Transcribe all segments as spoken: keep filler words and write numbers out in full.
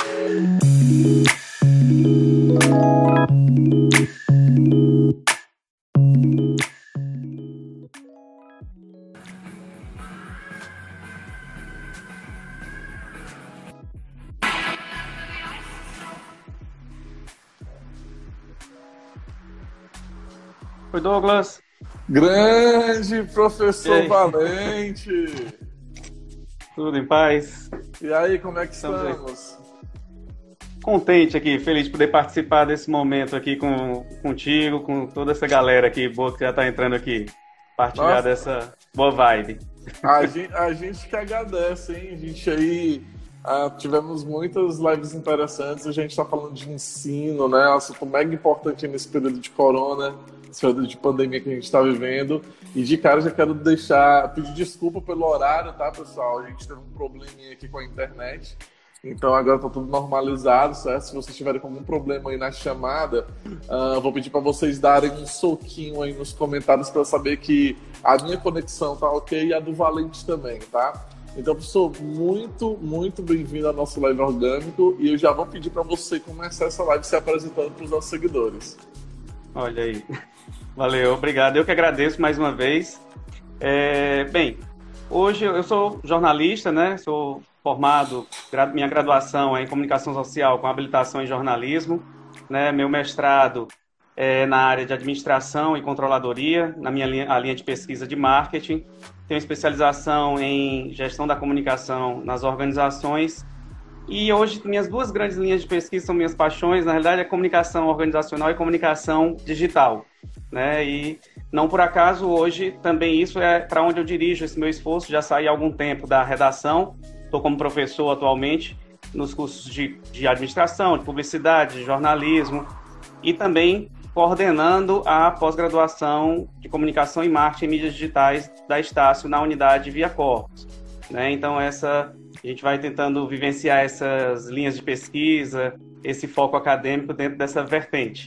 Oi, Douglas. Grande professor Valente. Tudo em paz? E aí, como é que estamos? estamos? Contente aqui, feliz de poder participar desse momento aqui com, contigo, com toda essa galera aqui boa que já está entrando aqui. Partilhar Nossa. dessa boa vibe. A gente, a gente que agradece, hein? A gente aí ah, tivemos muitas lives interessantes. A gente está falando de ensino, né? Assunto mega importante nesse período de corona, esse período de pandemia que a gente está vivendo. E de cara já quero deixar, pedir desculpa pelo horário, tá, pessoal? A gente teve um probleminha aqui com a internet. Então agora tá tudo normalizado, certo? Se vocês tiverem algum problema aí na chamada, uh, vou pedir para vocês darem um soquinho aí nos comentários para saber que a minha conexão tá ok e a do Valente também, tá? Então, professor, muito, muito bem-vindo ao nosso live orgânico e eu já vou pedir para você começar essa live se apresentando para os nossos seguidores. Olha aí. Valeu, obrigado. Eu que agradeço mais uma vez. É, bem, hoje eu sou jornalista, né? Sou formado, minha graduação é em comunicação social com habilitação em jornalismo, né? Meu mestrado é na área de administração e controladoria, na minha linha, a linha de pesquisa de marketing. Tenho especialização em gestão da comunicação nas organizações. E hoje minhas duas grandes linhas de pesquisa são minhas paixões, na realidade é comunicação organizacional e comunicação digital, né? E não por acaso hoje também isso é para onde eu dirijo esse meu esforço, já saí há algum tempo da redação. Estou como professor atualmente nos cursos de, de administração, de publicidade, de jornalismo e também coordenando a pós-graduação de comunicação e marketing em mídias digitais da Estácio na unidade Via Corpus, né? Então essa, a gente vai tentando vivenciar essas linhas de pesquisa, esse foco acadêmico dentro dessa vertente.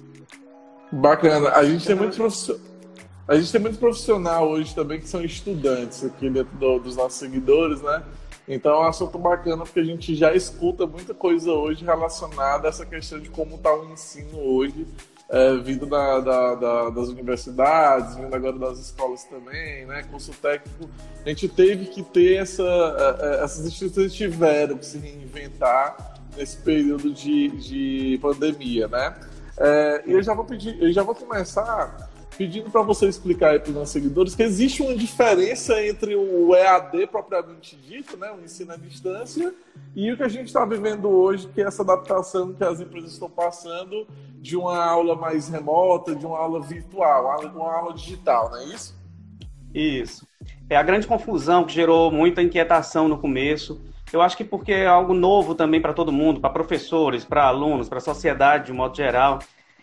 Bacana. A gente tem muito profissional, a gente tem muito profissional hoje também que são estudantes aqui dentro do, dos nossos seguidores, né? Então é um assunto bacana porque a gente já escuta muita coisa hoje relacionada a essa questão de como está o ensino hoje, é, vindo da, da, da, das universidades, vindo agora das escolas também, né? Curso técnico. A gente teve que ter essa... Essas instituições tiveram que se reinventar nesse período de, de pandemia, né? É, e eu já vou pedir, eu já vou começar pedindo para você explicar aí para os nossos seguidores que existe uma diferença entre o E A D propriamente dito, né, o ensino à distância, e o que a gente está vivendo hoje, que é essa adaptação que as empresas estão passando de uma aula mais remota, de uma aula virtual, uma aula digital, não é isso? Isso. É a grande confusão que gerou muita inquietação no começo. Eu acho que porque é algo novo também para todo mundo, para professores, para alunos, para a sociedade de um modo geral.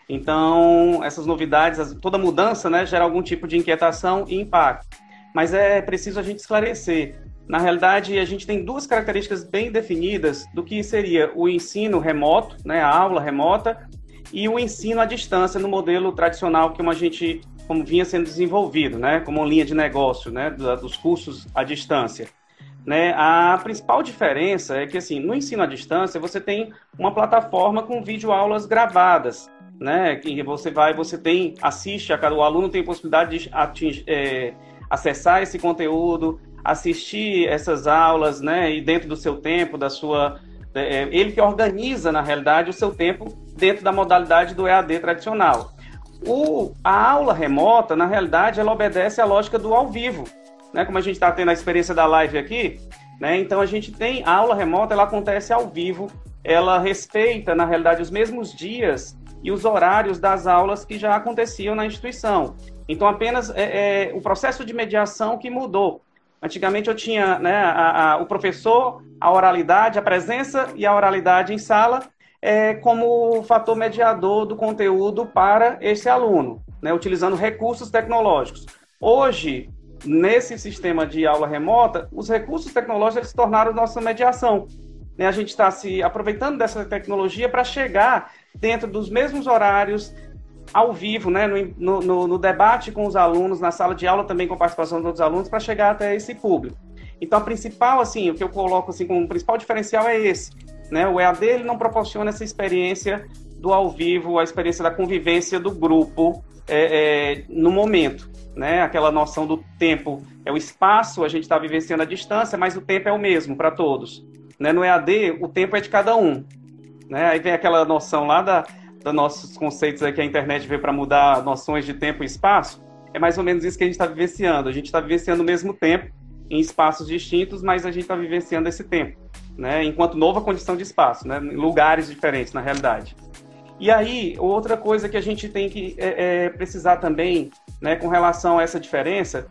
Então, essas novidades, toda mudança, né, gera algum tipo de inquietação e impacto. Mas é preciso a gente esclarecer. Na realidade, a gente tem duas características bem definidas do que seria o ensino remoto, né, a aula remota, e o ensino à distância no modelo tradicional como a gente, como vinha sendo desenvolvido, né, como linha de negócio, né, dos cursos à distância. Né, a principal diferença é que, assim, no ensino à distância, você tem uma plataforma com videoaulas gravadas, né, que você vai, você tem, assiste, a cada, o aluno tem a possibilidade de atingir, é, acessar esse conteúdo, assistir essas aulas, né, e dentro do seu tempo, da sua, é, ele que organiza, na realidade, o seu tempo dentro da modalidade do E A D tradicional. O, a aula remota, na realidade, ela obedece à lógica do ao vivo, né, como a gente está tendo a experiência da live aqui, né, então a gente tem, a aula remota, ela acontece ao vivo, ela respeita, na realidade, os mesmos dias e os horários das aulas que já aconteciam na instituição. Então, apenas é, é, o processo de mediação que mudou. Antigamente eu tinha, né, a, a, o professor, a oralidade, a presença e a oralidade em sala é, como fator mediador do conteúdo para esse aluno, né, utilizando recursos tecnológicos. Hoje, nesse sistema de aula remota, os recursos tecnológicos eles se tornaram nossa mediação. Né, a gente está se aproveitando dessa tecnologia para chegar dentro dos mesmos horários, ao vivo, né, no, no, no debate com os alunos, na sala de aula também com a participação dos outros alunos, para chegar até esse público. Então, a principal, assim, o que eu coloco assim, como principal diferencial é esse, né? O E A D ele não proporciona essa experiência do ao vivo, a experiência da convivência do grupo é, é, no momento, né? Aquela noção do tempo é o espaço, a gente está vivenciando a distância, mas o tempo é o mesmo para todos, né? No E A D, o tempo é de cada um, né? Aí vem aquela noção lá da, dos nossos conceitos aí que a internet veio para mudar noções de tempo e espaço. É mais ou menos isso que a gente está vivenciando. A gente está vivenciando o mesmo tempo em espaços distintos, mas a gente está vivenciando esse tempo, né? Enquanto nova condição de espaço, né? Em lugares diferentes, na realidade. E aí, outra coisa que a gente tem que é, é, precisar também, né, com relação a essa diferença,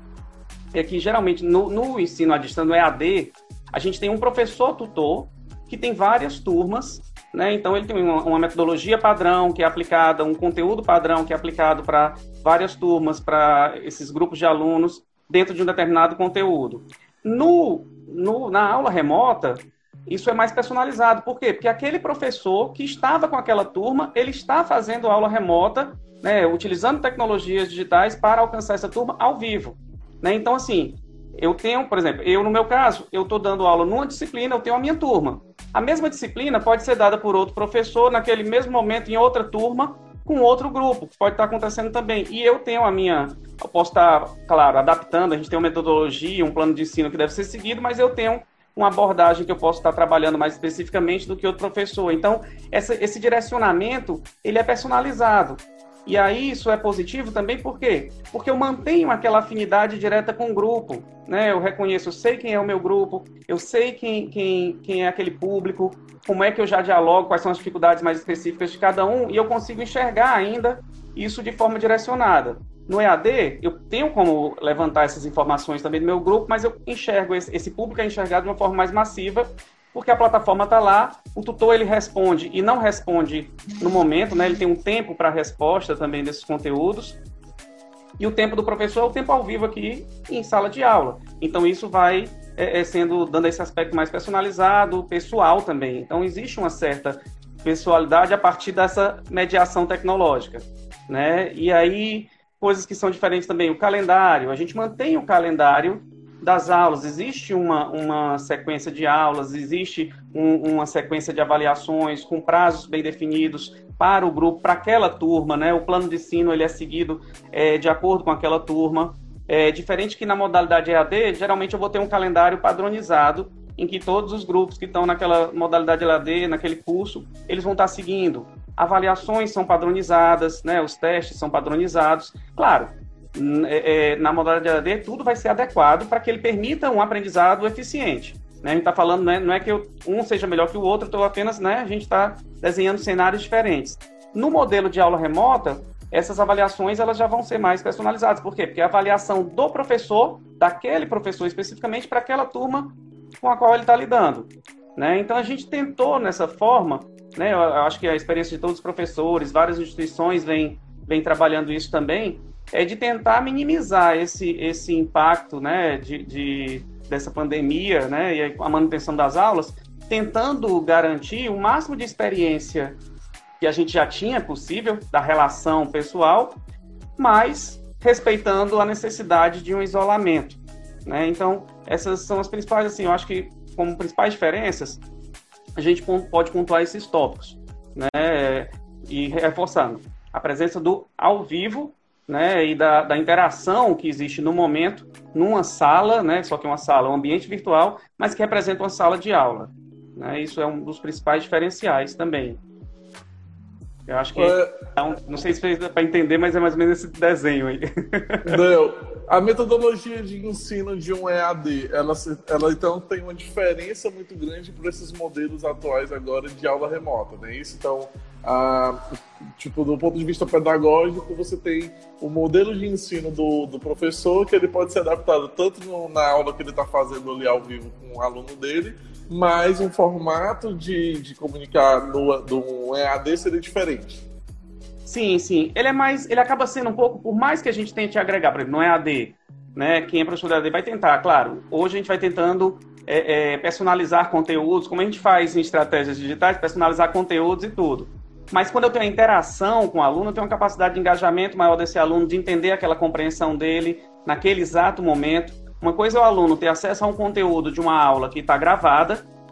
é que geralmente no, no ensino à distância, no E A D, a gente tem um professor tutor que tem várias turmas, né? Então ele tem uma, uma metodologia padrão que é aplicada, um conteúdo padrão que é aplicado para várias turmas, para esses grupos de alunos dentro de um determinado conteúdo. No, no, na aula remota, isso é mais personalizado. Por quê? Porque aquele professor que estava com aquela turma, ele está fazendo aula remota, né, utilizando tecnologias digitais para alcançar essa turma ao vivo, né? Então, assim, eu tenho, por exemplo, eu no meu caso, eu estou dando aula numa disciplina, eu tenho a minha turma. A mesma disciplina pode ser dada por outro professor naquele mesmo momento em outra turma, com outro grupo, pode estar acontecendo também. E eu tenho a minha, eu posso estar, claro, adaptando, a gente tem uma metodologia, um plano de ensino que deve ser seguido, mas eu tenho uma abordagem que eu posso estar trabalhando mais especificamente do que outro professor. Então, essa, esse direcionamento, ele é personalizado. E aí isso é positivo também, por quê? Porque eu mantenho aquela afinidade direta com o grupo, né? Eu reconheço, eu sei quem é o meu grupo, eu sei quem, quem, quem é aquele público, como é que eu já dialogo, quais são as dificuldades mais específicas de cada um, e eu consigo enxergar ainda isso de forma direcionada. No E A D, eu tenho como levantar essas informações também do meu grupo, mas eu enxergo, esse, esse público é enxergado de uma forma mais massiva, porque a plataforma está lá, o tutor ele responde e não responde no momento, né? Ele tem um tempo para a resposta também desses conteúdos, e o tempo do professor é o tempo ao vivo aqui em sala de aula. Então isso vai é, é, sendo, dando esse aspecto mais personalizado, pessoal também. Então existe uma certa pessoalidade a partir dessa mediação tecnológica, né? E aí, coisas que são diferentes também, o calendário, a gente mantém o calendário das aulas, existe uma, uma sequência de aulas, existe um, uma sequência de avaliações com prazos bem definidos para o grupo, para aquela turma, né? O plano de ensino ele é seguido é, de acordo com aquela turma. É, diferente que na modalidade E A D, geralmente eu vou ter um calendário padronizado em que todos os grupos que estão naquela modalidade E A D, naquele curso, eles vão estar seguindo. Avaliações são padronizadas, né? Os testes são padronizados. Claro, É, é, na modalidade E A D, tudo vai ser adequado para que ele permita um aprendizado eficiente, né? A gente está falando, né, não é que eu, um seja melhor que o outro, estou apenas, né, a gente está desenhando cenários diferentes. No modelo de aula remota, essas avaliações elas já vão ser mais personalizadas. Por quê? Porque é a avaliação do professor, daquele professor especificamente, para aquela turma com a qual ele está lidando, né? Então a gente tentou nessa forma, né, eu acho que a experiência de todos os professores, várias instituições vêm, vêm trabalhando isso também, é de tentar minimizar esse, esse impacto, né, de, de, dessa pandemia, né, e a manutenção das aulas, tentando garantir o máximo de experiência que a gente já tinha possível, da relação pessoal, mas respeitando a necessidade de um isolamento, né? Então, essas são as principais, assim, eu acho que como principais diferenças, a gente pode pontuar esses tópicos, né, e reforçando a presença do ao vivo, né, e da, da interação que existe no momento numa sala, né, só que uma sala, um ambiente virtual, mas que representa uma sala de aula, né? Isso é um dos principais diferenciais também. Eu acho que, é... não sei se dá para entender, mas é mais ou menos esse desenho aí. Não, a metodologia de ensino de um E A D, ela, ela então tem uma diferença muito grande para esses modelos atuais agora de aula remota, né? Isso, então, a, tipo, do ponto de vista pedagógico, você tem o modelo de ensino do, do professor, que ele pode ser adaptado tanto no, na aula que ele está fazendo ali ao vivo com o aluno dele, mas um formato de, de comunicar no, do E A D seria diferente. Sim, sim. Ele é mais, ele acaba sendo um pouco, por mais que a gente tente agregar, por exemplo, no E A D, né? Quem é professor do E A D vai tentar, claro. Hoje a gente vai tentando é, é, personalizar conteúdos, como a gente faz em estratégias digitais, personalizar conteúdos e tudo. Mas quando eu tenho a interação com o aluno, eu tenho uma capacidade de engajamento maior desse aluno, de entender aquela compreensão dele naquele exato momento. Uma coisa é o aluno ter acesso a um conteúdo de uma aula que está gravada,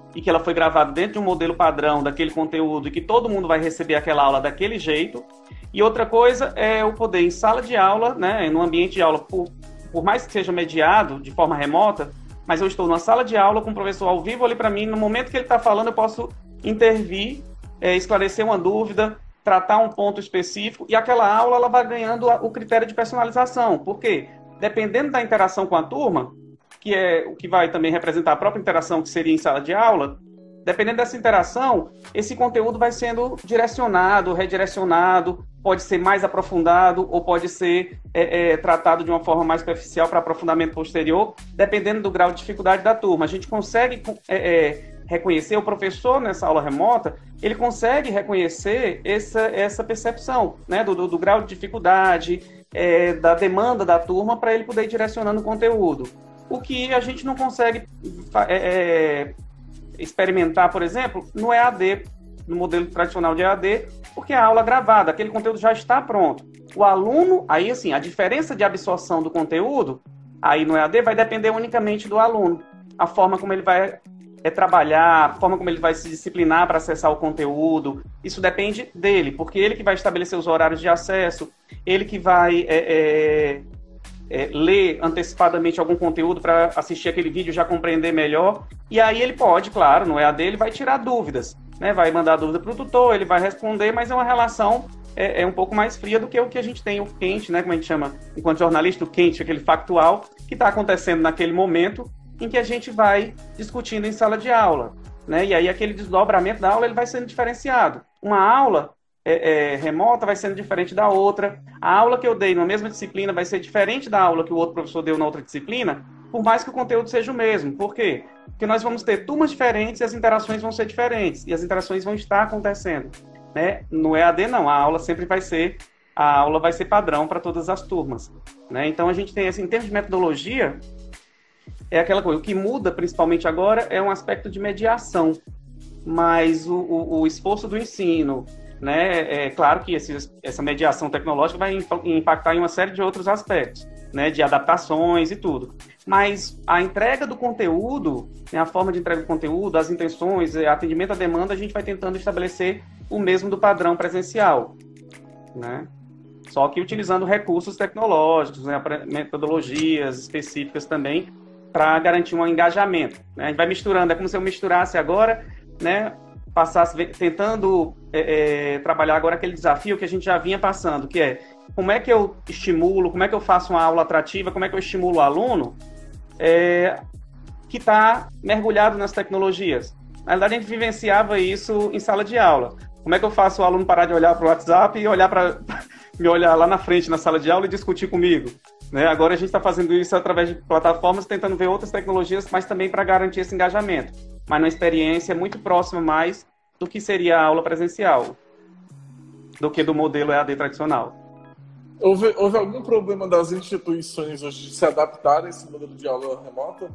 e que ela foi gravada dentro de um modelo padrão daquele conteúdo e que todo mundo vai receber aquela aula daquele jeito. E outra coisa é eu poder, em sala de aula, né, no ambiente de aula, por, por mais que seja mediado de forma remota, mas eu estou numa sala de aula com o professor ao vivo ali para mim, no momento que ele está falando eu posso intervir, é, esclarecer uma dúvida, tratar um ponto específico, e aquela aula ela vai ganhando o critério de personalização. Por quê? Dependendo da interação com a turma, que é o que vai também representar a própria interação que seria em sala de aula, dependendo dessa interação, esse conteúdo vai sendo direcionado, redirecionado, pode ser mais aprofundado ou pode ser é, é, tratado de uma forma mais superficial para aprofundamento posterior, dependendo do grau de dificuldade da turma. A gente consegue é, é, reconhecer, o professor nessa aula remota, ele consegue reconhecer essa, essa percepção, né, do, do, do grau de dificuldade, é, da demanda da turma para ele poder ir direcionando o conteúdo. O que a gente não consegue é, é, experimentar, por exemplo, no E A D, no modelo tradicional de E A D, porque a aula é gravada, aquele conteúdo já está pronto. O aluno, aí assim, a diferença de absorção do conteúdo, aí no E A D vai depender unicamente do aluno. A forma como ele vai é, trabalhar, a forma como ele vai se disciplinar para acessar o conteúdo, isso depende dele, porque ele que vai estabelecer os horários de acesso, ele que vai... É, é, É, ler antecipadamente algum conteúdo para assistir aquele vídeo e já compreender melhor. E aí ele pode, claro, no E A D ele vai tirar dúvidas, né? Vai mandar dúvida para o tutor, ele vai responder, mas é uma relação é, é um pouco mais fria do que o que a gente tem, o quente, né? Como a gente chama, enquanto jornalista, o quente, aquele factual que está acontecendo naquele momento em que a gente vai discutindo em sala de aula, né? E aí aquele desdobramento da aula ele vai sendo diferenciado. Uma aula É, é, remota vai sendo diferente da outra. A aula que eu dei na mesma disciplina vai ser diferente da aula que o outro professor deu na outra disciplina, por mais que o conteúdo seja o mesmo. Por quê? Porque nós vamos ter turmas diferentes e as interações vão ser diferentes. E as interações vão estar acontecendo, né? No E A D, não. A aula sempre vai ser... A aula vai ser padrão para todas as turmas, né? Então, a gente tem, assim, em termos de metodologia, é aquela coisa. O que muda, principalmente agora, é um aspecto de mediação. Mas o, o, o esforço do ensino... Né? É claro que esse, essa mediação tecnológica vai impactar em uma série de outros aspectos, né? De adaptações e tudo. Mas a entrega do conteúdo, né? A forma de entrega do conteúdo, as intenções, atendimento à demanda, a gente vai tentando estabelecer o mesmo do padrão presencial, né? Só que utilizando recursos tecnológicos, né? Metodologias específicas também para garantir um engajamento, né? A gente vai misturando, é como se eu misturasse agora, né? Passasse, tentando é, é, trabalhar agora aquele desafio que a gente já vinha passando, que é como é que eu estimulo, como é que eu faço uma aula atrativa, como é que eu estimulo o aluno é, que está mergulhado nas tecnologias. Na verdade, a gente vivenciava isso em sala de aula. Como é que eu faço o aluno parar de olhar para o WhatsApp e olhar para me olhar lá na frente na sala de aula e discutir comigo? Né? Agora a gente está fazendo isso através de plataformas, tentando ver outras tecnologias, mas também para garantir esse engajamento. Mas uma experiência muito próxima mais do que seria a aula presencial, do que do modelo E A D tradicional. Houve, houve algum problema das instituições hoje de se adaptar a esse modelo de aula remota?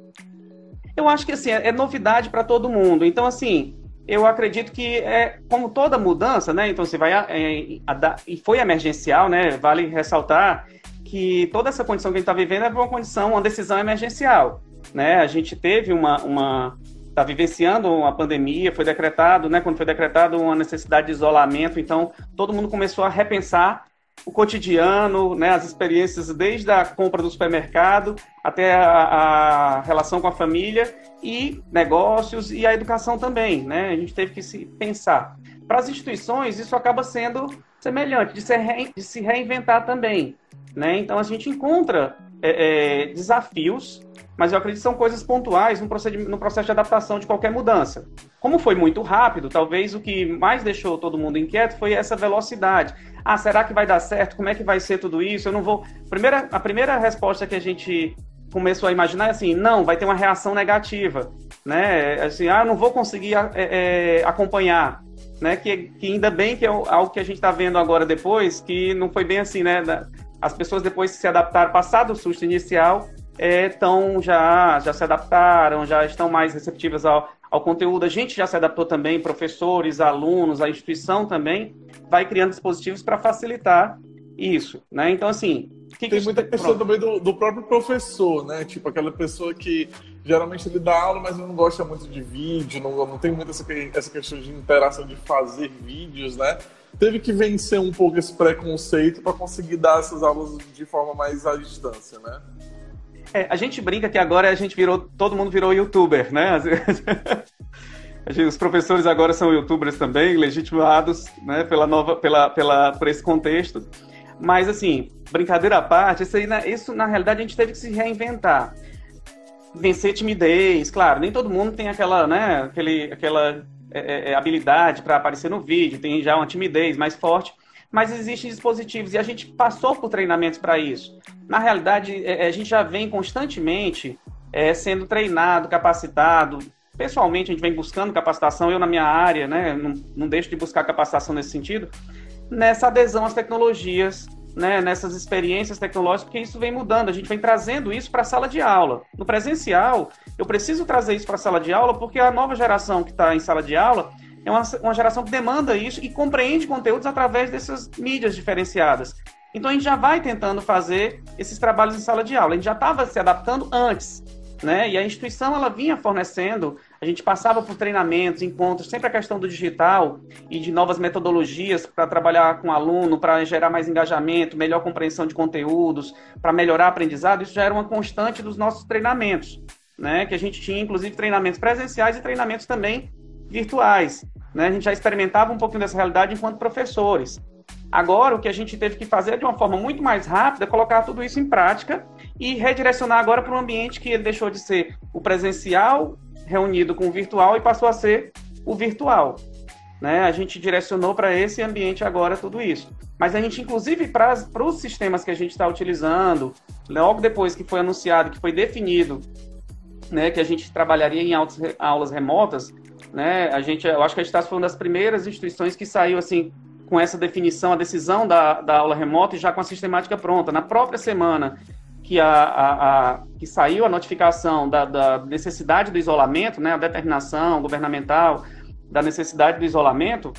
Eu acho que assim, é, é novidade para todo mundo. Então, assim, eu acredito que é como toda mudança, né? Então, você vai é, e foi emergencial, né? Vale ressaltar que toda essa condição que a gente está vivendo é uma condição, uma decisão emergencial, né? A gente teve uma, uma está vivenciando uma pandemia, foi decretado, né? Quando foi decretado uma necessidade de isolamento, então todo mundo começou a repensar o cotidiano, né? As experiências desde a compra do supermercado até a, a relação com a família e negócios e a educação também, né? A gente teve que se pensar. Para as instituições, isso acaba sendo semelhante, de se, re, de se reinventar também, né? Então, a gente encontra é, é, desafios, mas eu acredito que são coisas pontuais no, no processo de adaptação de qualquer mudança. Como foi muito rápido, talvez o que mais deixou todo mundo inquieto foi essa velocidade. Ah, será que vai dar certo? Como é que vai ser tudo isso? Eu não vou... Primeira, a primeira resposta que a gente começou a imaginar é assim, não, vai ter uma reação negativa, né? Assim, ah, não vou conseguir é, é, acompanhar. Né, que, que ainda bem que é algo que a gente está vendo agora depois, que não foi bem assim, né? As pessoas depois que se adaptaram, passado o susto inicial, é, tão, já, já se adaptaram, já estão mais receptivas ao, ao conteúdo. A gente já se adaptou também, professores, alunos, a instituição também vai criando dispositivos para facilitar isso, né? Então, assim... Que Tem que muita isso... questão também do, do próprio professor, né? Tipo, aquela pessoa que geralmente ele dá aula, mas ele não gosta muito de vídeo, não, não tem muito essa, essa questão de interação, de fazer vídeos, né? Teve que vencer um pouco esse preconceito para conseguir dar essas aulas de forma mais à distância, né? É, a gente brinca que agora a gente virou, todo mundo virou youtuber, né? Os professores agora são youtubers também, legitimados, né, pela nova, pela, pela, por esse contexto. Mas, assim, brincadeira à parte, isso, aí, isso na realidade a gente teve que se reinventar. Vencer timidez, claro, nem todo mundo tem aquela, né, aquele, aquela é, é, habilidade para aparecer no vídeo, tem já uma timidez mais forte, mas existem dispositivos e a gente passou por treinamentos para isso. Na realidade, é, a gente já vem constantemente é, sendo treinado, capacitado. Pessoalmente, a gente vem buscando capacitação, eu na minha área, né, não, não deixo de buscar capacitação nesse sentido, nessa adesão às tecnologias, né, nessas experiências tecnológicas, porque isso vem mudando, a gente vem trazendo isso para a sala de aula. No presencial, eu preciso trazer isso para a sala de aula, porque a nova geração que está em sala de aula é uma, uma geração que demanda isso e compreende conteúdos através dessas mídias diferenciadas. Então, a gente já vai tentando fazer esses trabalhos em sala de aula, a gente já estava se adaptando antes, né? E a instituição ela vinha fornecendo, a gente passava por treinamentos, encontros, sempre a questão do digital e de novas metodologias para trabalhar com o aluno, para gerar mais engajamento, melhor compreensão de conteúdos, para melhorar o aprendizado, isso já era uma constante dos nossos treinamentos, né? Que a gente tinha, inclusive, treinamentos presenciais e treinamentos também virtuais, né? A gente já experimentava um pouquinho dessa realidade enquanto professores. Agora, o que a gente teve que fazer de uma forma muito mais rápida é colocar tudo isso em prática e redirecionar agora para um ambiente que ele deixou de ser o presencial reunido com o virtual e passou a ser o virtual, né? A gente direcionou para esse ambiente agora tudo isso. Mas a gente, inclusive, para os sistemas que a gente está utilizando, logo depois que foi anunciado, que foi definido, né, que a gente trabalharia em aulas remotas, né? A gente, eu acho que a gente foi uma das primeiras instituições que saiu assim com essa definição, a decisão da, da aula remota e já com a sistemática pronta. Na própria semana que, a, a, a, que saiu a notificação da, da necessidade do isolamento, né, a determinação governamental da necessidade do isolamento,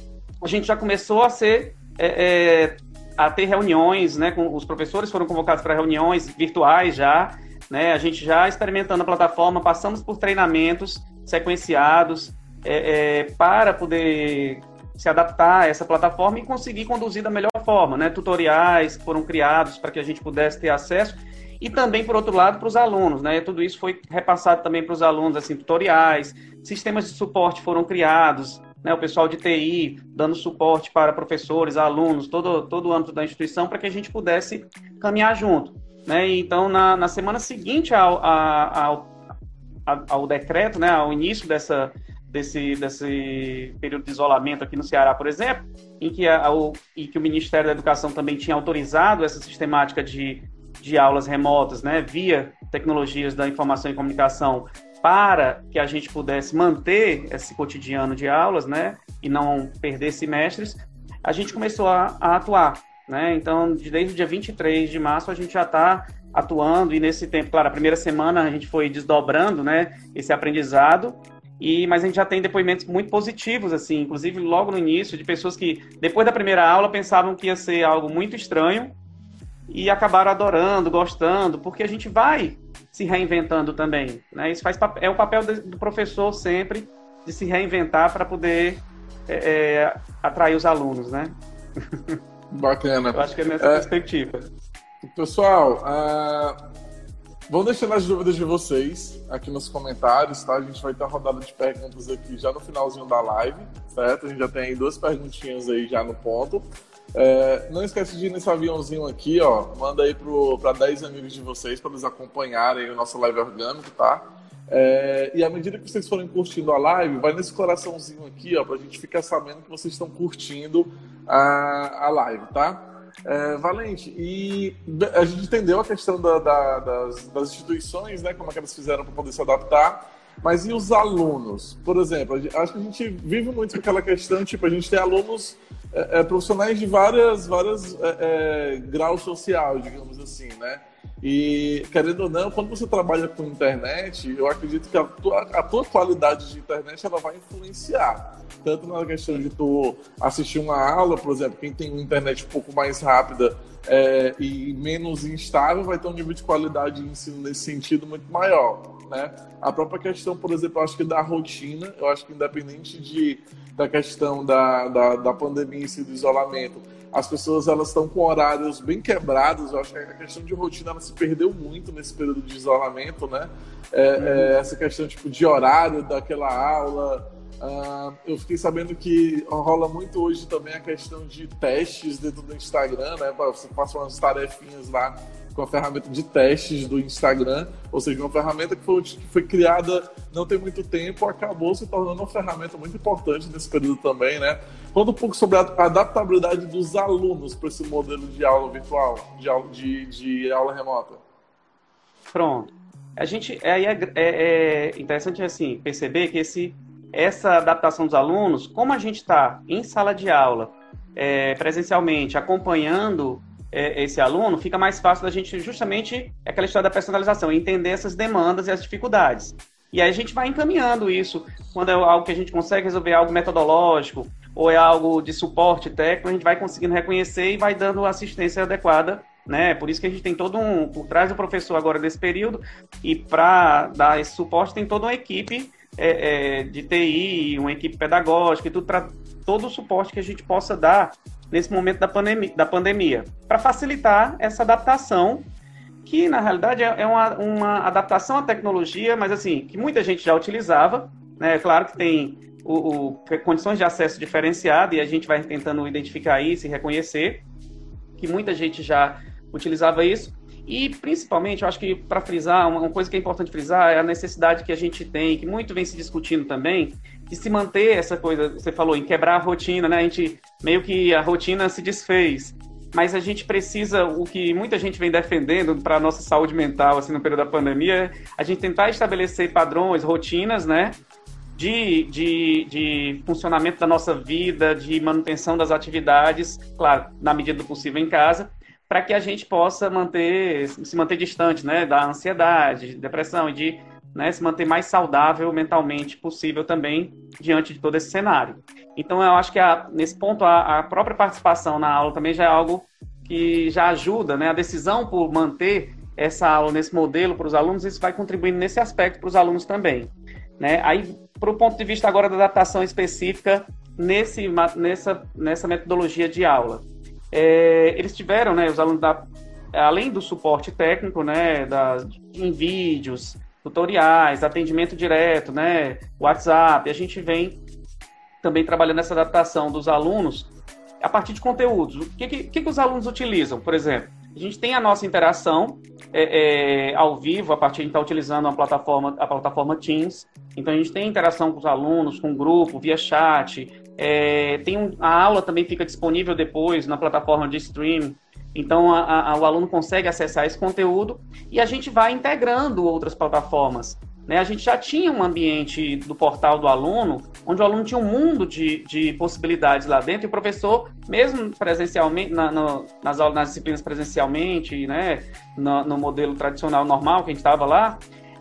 a gente já começou a ser, é, é, a ter reuniões, né, com, os professores foram convocados para reuniões virtuais já, né, a gente já experimentando a plataforma, passamos por treinamentos sequenciados é, é, para poder se adaptar a essa plataforma e conseguir conduzir da melhor forma, né? Tutoriais foram criados para que a gente pudesse ter acesso e também, por outro lado, para os alunos, né? Tudo isso foi repassado também para os alunos, assim, tutoriais, sistemas de suporte foram criados, né? O pessoal de T I dando suporte para professores, alunos, todo, todo o âmbito da instituição para que a gente pudesse caminhar junto, né? E então, na, na semana seguinte ao, ao, ao, ao decreto, né? Ao início dessa Desse, desse período de isolamento aqui no Ceará, por exemplo, em que, a, o, em que o Ministério da Educação também tinha autorizado essa sistemática de, de aulas remotas, né, via tecnologias da informação e comunicação, para que a gente pudesse manter esse cotidiano de aulas, né, e não perder semestres, a gente começou a, a atuar, né? Então, desde o dia vinte e três de março, a gente já está atuando, e nesse tempo, claro, a primeira semana a gente foi desdobrando, né, esse aprendizado. E, mas a gente já tem depoimentos muito positivos, assim, inclusive logo no início, de pessoas que, depois da primeira aula, pensavam que ia ser algo muito estranho e acabaram adorando, gostando, porque a gente vai se reinventando também, né? Isso faz, é o papel do professor sempre, de se reinventar para poder é, é, atrair os alunos, né? Bacana. Eu acho que é nessa é, perspectiva. Pessoal, uh... vão deixando as dúvidas de vocês aqui nos comentários, tá? A gente vai ter uma rodada de perguntas aqui já no finalzinho da live, certo? A gente já tem aí duas perguntinhas aí já no ponto. É, não esquece de ir nesse aviãozinho aqui, ó. Manda aí para dez amigos de vocês para eles acompanharem o nosso live orgânico, tá? É, e à medida que vocês forem curtindo a live, vai nesse coraçãozinho aqui, ó, pra gente ficar sabendo que vocês estão curtindo a, a live, tá? É, Valente, e a gente entendeu a questão da, da, das, das instituições, né, como é que elas fizeram para poder se adaptar, mas e os alunos? Por exemplo, acho que a gente vive muito com aquela questão, tipo, a gente tem alunos é, é, profissionais de várias, várias é, é, graus sociais, digamos assim, né? E, querendo ou não, quando você trabalha com internet, eu acredito que a tua, a tua qualidade de internet ela vai influenciar. Tanto na questão de tu assistir uma aula, por exemplo, quem tem uma internet um pouco mais rápida é, e menos instável vai ter um nível de qualidade de ensino nesse sentido muito maior. né? A própria questão, por exemplo, eu acho que da rotina, eu acho que independente de, da questão da, da, da pandemia e do isolamento, as pessoas elas estão com horários bem quebrados. Eu acho que a questão de rotina ela se perdeu muito nesse período de isolamento, né? É, uhum. é, essa questão tipo, de horário daquela aula. Uh, eu fiquei sabendo que rola muito hoje também a questão de testes dentro do Instagram, né? Você passa umas tarefinhas lá com a ferramenta de testes do Instagram, ou seja, uma ferramenta que foi, que foi criada não tem muito tempo, acabou se tornando uma ferramenta muito importante nesse período também, né? Conta um pouco sobre a adaptabilidade dos alunos para esse modelo de aula virtual, de aula, de, de aula remota. Pronto. A gente, é, é, é interessante assim, perceber que esse, essa adaptação dos alunos, como a gente está em sala de aula, é, presencialmente, acompanhando é, esse aluno, fica mais fácil da gente, justamente, aquela história da personalização, entender essas demandas e as dificuldades. E aí a gente vai encaminhando isso, quando é algo que a gente consegue resolver, algo metodológico, ou é algo de suporte técnico, a gente vai conseguindo reconhecer e vai dando assistência adequada, né? Por isso que a gente tem todo um, por trás do professor agora nesse período, e para dar esse suporte tem toda uma equipe é, é, de T I, uma equipe pedagógica e tudo, para todo o suporte que a gente possa dar nesse momento da pandemia, da pandemia, para facilitar essa adaptação, que na realidade é uma, uma adaptação à tecnologia, mas assim, que muita gente já utilizava, né? Claro que tem o, o, condições de acesso diferenciadas, e a gente vai tentando identificar isso e reconhecer que muita gente já utilizava isso. E, principalmente, eu acho que, para frisar, uma coisa que é importante frisar é a necessidade que a gente tem, que muito vem se discutindo também, de se manter essa coisa, você falou, em quebrar a rotina, né? A gente, meio que a rotina se desfez, mas a gente precisa, o que muita gente vem defendendo para a nossa saúde mental, assim, no período da pandemia, a gente tentar estabelecer padrões, rotinas, né? De, de, de funcionamento da nossa vida, de manutenção das atividades, claro, na medida do possível em casa, para que a gente possa manter, se manter distante, né, da ansiedade, depressão, e de, né, se manter mais saudável mentalmente possível também diante de todo esse cenário. Então, eu acho que a, nesse ponto a, a própria participação na aula também já é algo que já ajuda, né, a decisão por manter essa aula nesse modelo para os alunos, isso vai contribuindo nesse aspecto para os alunos também. Né? Aí, para o ponto de vista agora da adaptação específica nesse, nessa, nessa metodologia de aula. É, eles tiveram, né, os alunos, da, além do suporte técnico, né, das, em vídeos, tutoriais, atendimento direto, né, WhatsApp, a gente vem também trabalhando essa adaptação dos alunos a partir de conteúdos. O que, que, que os alunos utilizam, por exemplo? A gente tem a nossa interação é, é, ao vivo, a partir de estar utilizando a plataforma, a plataforma Teams. Então, a gente tem interação com os alunos, com o grupo, via chat. É, tem um, a aula também fica disponível depois na plataforma de stream. Então, a, a, o aluno consegue acessar esse conteúdo e a gente vai integrando outras plataformas. Né? A gente já tinha um ambiente do portal do aluno, onde o aluno tinha um mundo de, de possibilidades lá dentro, e o professor, mesmo presencialmente, na, no, nas aulas, nas disciplinas presencialmente, né, no, no modelo tradicional normal que a gente estava lá,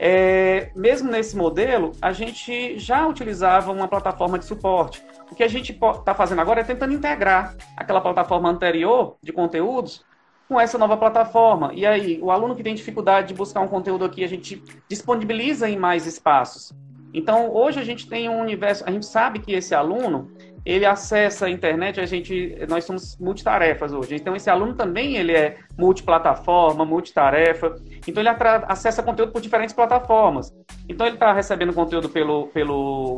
é, mesmo nesse modelo, a gente já utilizava uma plataforma de suporte. O que a gente está fazendo agora é tentando integrar aquela plataforma anterior de conteúdos com essa nova plataforma. E aí, o aluno que tem dificuldade de buscar um conteúdo aqui, a gente disponibiliza em mais espaços. Então, hoje a gente tem um universo, a gente sabe que esse aluno, ele acessa a internet, a gente, nós somos multitarefas hoje. Então, esse aluno também, ele é multiplataforma, multitarefa. Então, ele acessa conteúdo por diferentes plataformas. Então, ele está recebendo conteúdo pelo... pelo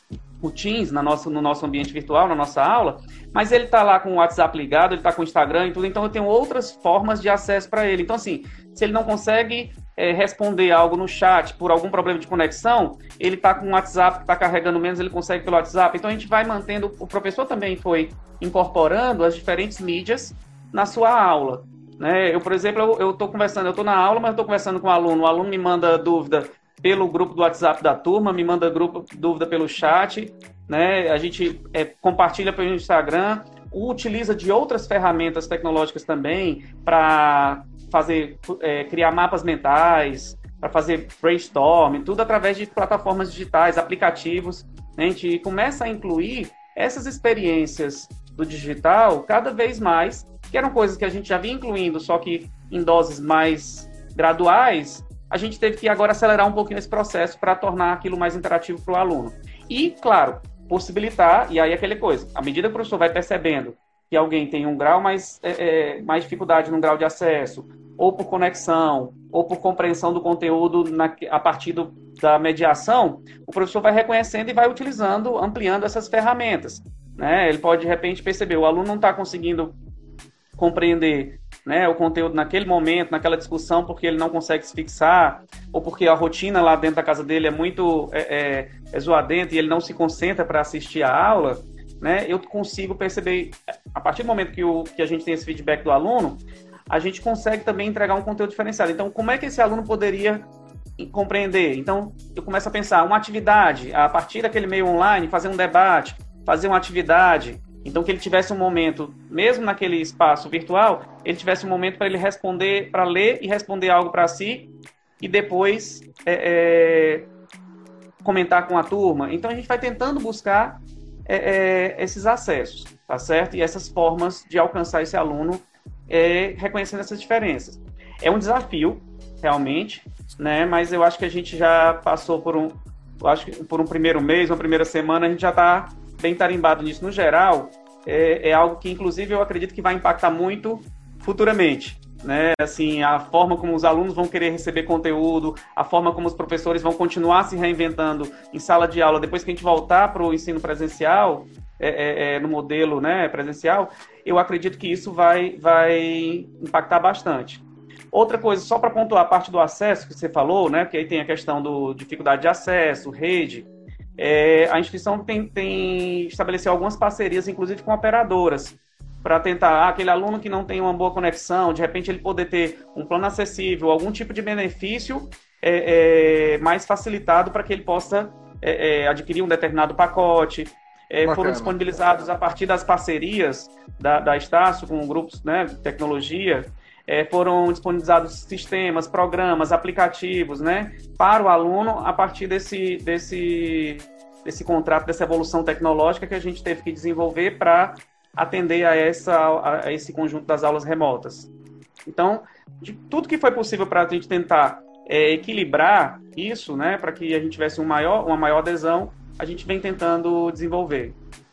o Teams na nossa, no nosso ambiente virtual, na nossa aula, mas ele está lá com o WhatsApp ligado, ele está com o Instagram e tudo, então eu tenho outras formas de acesso para ele. Então, assim, se ele não consegue é, responder algo no chat por algum problema de conexão, ele está com o WhatsApp que está carregando menos, ele consegue pelo WhatsApp. Então, a gente vai mantendo, o professor também foi incorporando as diferentes mídias na sua aula. Né? Eu, por exemplo, eu estou conversando, eu estou na aula, mas estou conversando com o aluno, o aluno me manda dúvida pelo grupo do WhatsApp da turma, me manda grupo, dúvida pelo chat, né? A gente é, compartilha pelo Instagram, utiliza de outras ferramentas tecnológicas também para fazer, é, criar mapas mentais, para fazer brainstorm, tudo através de plataformas digitais, aplicativos. Né? A gente começa a incluir essas experiências do digital cada vez mais, que eram coisas que a gente já vinha incluindo, só que em doses mais graduais, a gente teve que agora acelerar um pouquinho esse processo para tornar aquilo mais interativo para o aluno. E, claro, possibilitar, e aí aquela coisa, à medida que o professor vai percebendo que alguém tem um grau mais, é, mais dificuldade no grau de acesso, ou por conexão, ou por compreensão do conteúdo na, a partir do, da mediação, o professor vai reconhecendo e vai utilizando, ampliando essas ferramentas. Né? Ele pode, de repente, perceber, o aluno não está conseguindo compreender, né, o conteúdo naquele momento, naquela discussão, porque ele não consegue se fixar, ou porque a rotina lá dentro da casa dele é muito é, é, é zoadenta e ele não se concentra para assistir a aula, né, eu consigo perceber, a partir do momento que, o, que a gente tem esse feedback do aluno, a gente consegue também entregar um conteúdo diferenciado. Então, como é que esse aluno poderia compreender? Então, eu começo a pensar, uma atividade, a partir daquele meio online, fazer um debate, fazer uma atividade, então que ele tivesse um momento, mesmo naquele espaço virtual, ele tivesse um momento para ele responder, para ler e responder algo para si, e depois é, é, comentar com a turma. Então, a gente vai tentando buscar é, é, esses acessos, tá certo? E essas formas de alcançar esse aluno, é, reconhecendo essas diferenças. É um desafio, realmente, né? Mas eu acho que a gente já passou por um, eu acho que por um primeiro mês, uma primeira semana, a gente já está bem tarimbado nisso. No geral, é, é algo que, inclusive, eu acredito que vai impactar muito futuramente, né? Assim, a forma como os alunos vão querer receber conteúdo, a forma como os professores vão continuar se reinventando em sala de aula, depois que a gente voltar para o ensino presencial, é, é, é, no modelo, né, presencial, eu acredito que isso vai, vai impactar bastante. Outra coisa, só para pontuar a parte do acesso que você falou, né, que aí tem a questão do dificuldade de acesso, rede, é, a instituição tem, tem estabelecido algumas parcerias, inclusive com operadoras, para tentar, ah, aquele aluno que não tem uma boa conexão, de repente ele poder ter um plano acessível, algum tipo de benefício é, é, mais facilitado para que ele possa é, é, adquirir um determinado pacote. É, foram disponibilizados a partir das parcerias da, da Estácio com grupos, né, de tecnologia, é, foram disponibilizados sistemas, programas, aplicativos, né, para o aluno a partir desse, desse, desse contrato, dessa evolução tecnológica que a gente teve que desenvolver para atender a, essa, a esse conjunto das aulas remotas. Então, de tudo que foi possível para a gente tentar é, equilibrar isso, né, para que a gente tivesse um maior, uma maior adesão, a gente vem tentando desenvolver.